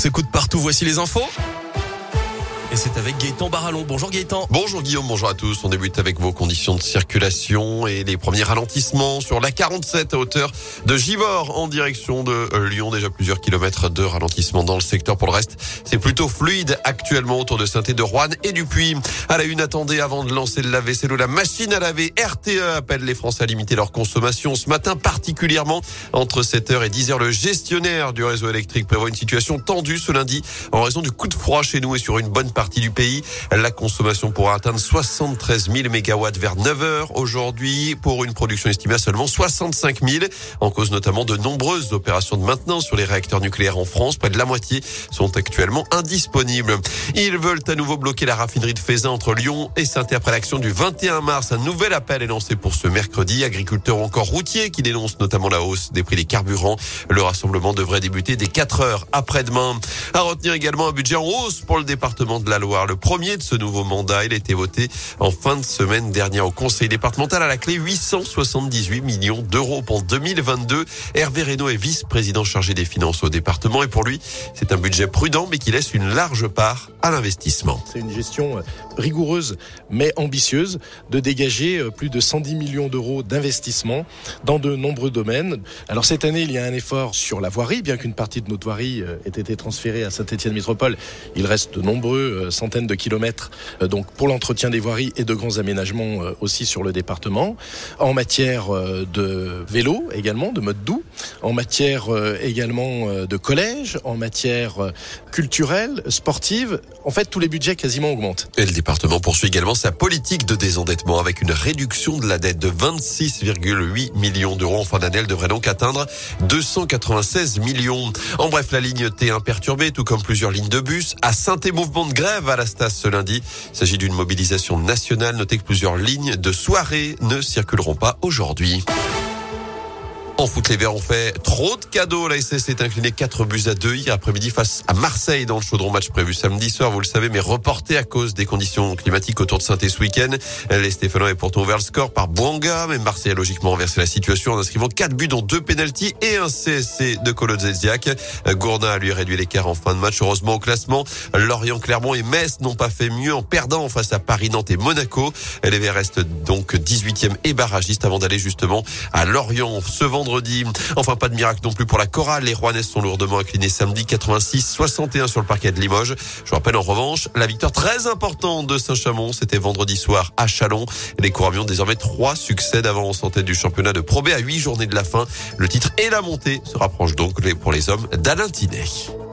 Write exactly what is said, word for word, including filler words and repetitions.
s'écoute partout, voici les infos. Et c'est avec Gaëtan Barallon. Bonjour Gaëtan. Bonjour Guillaume, bonjour à tous. On débute avec vos conditions de circulation et les premiers ralentissements sur l'A quarante-sept à hauteur de Givors en direction de Lyon. Déjà plusieurs kilomètres de ralentissement dans le secteur. Pour le reste, c'est plutôt fluide actuellement autour de Saint-Étienne de Roanne et du Puy. À la une, attendez avant de lancer le lave-vaisselle ou la machine à laver. R T E appelle les Français à limiter leur consommation. Ce matin particulièrement, entre sept heures et dix heures, le gestionnaire du réseau électrique prévoit une situation tendue ce lundi en raison du coup de froid chez nous et sur une bonne partie du pays. La consommation pourra atteindre soixante-treize mille mégawatts vers neuf heures aujourd'hui pour une production estimée à seulement soixante-cinq mille. En cause notamment de nombreuses opérations de maintenance sur les réacteurs nucléaires en France. Près de la moitié sont actuellement indisponibles. Ils veulent à nouveau bloquer la raffinerie de Feyzin entre Lyon et Saint-Étienne après l'action du vingt et un mars. Un nouvel appel est lancé pour ce mercredi. Agriculteurs ou encore routiers qui dénoncent notamment la hausse des prix des carburants. Le rassemblement devrait débuter dès quatre heures après-demain. À retenir également un budget en hausse pour le département de la Loire. Le premier de ce nouveau mandat, il a été voté en fin de semaine dernière au conseil départemental. À la clé, huit cent soixante-dix-huit millions d'euros pour deux mille vingt-deux. Hervé Reynaud est vice-président chargé des finances au département et pour lui, c'est un budget prudent mais qui laisse une large part à l'investissement. C'est une gestion rigoureuse mais ambitieuse de dégager plus de cent dix millions d'euros d'investissement dans de nombreux domaines. Alors cette année, il y a un effort sur la voirie, bien qu'une partie de notre voirie ait été transférée à Saint-Étienne Métropole. Il reste de nombreux centaines de kilomètres donc pour l'entretien des voiries et de grands aménagements aussi sur le département. En matière de vélo également, de mode doux, en matière également de collège, en matière culturelle, sportive. En fait, tous les budgets quasiment augmentent. Et le département poursuit également sa politique de désendettement avec une réduction de la dette de vingt-six virgule huit millions d'euros. En fin d'année, elle devrait donc atteindre deux cent quatre-vingt-seize millions. En bref, la ligne T un perturbée, tout comme plusieurs lignes de bus. À Saint-Étienne, mouvement de grève à la Stas ce lundi. Il s'agit d'une mobilisation nationale. Notez que plusieurs lignes de soirée ne circuleront pas aujourd'hui. En foot, les Verts ont fait trop de cadeaux. La S S est inclinée quatre buts à deux hier après-midi face à Marseille dans le Chaudron. Match prévu samedi soir, vous le savez, mais reporté à cause des conditions climatiques autour de Saint-Étienne ce week-end. Les Stéphanois avaient pourtant ouvert le score par Bouanga, mais Marseille a logiquement renversé la situation en inscrivant quatre buts dont deux pénaltys et un C S C de Kolo Dzeziak. Gourdin a lui réduit l'écart en fin de match. Heureusement au classement, Lorient, Clermont et Metz n'ont pas fait mieux en perdant face à Paris, Nantes et Monaco. Les Verts restent donc dix-huitième et barragistes avant d'aller justement à Lorient ce vendredi. Enfin, pas de miracle non plus pour la chorale. Les Rouennais sont lourdement inclinés samedi quatre-vingt-six soixante et un sur le parquet de Limoges. Je vous rappelle en revanche la victoire très importante de Saint-Chamond. C'était vendredi soir à Châlons. Les Couramiers ont désormais trois succès d'avance en tête du championnat de Pro B à huit journées de la fin. Le titre et la montée se rapprochent donc pour les hommes d'Alain Tinet.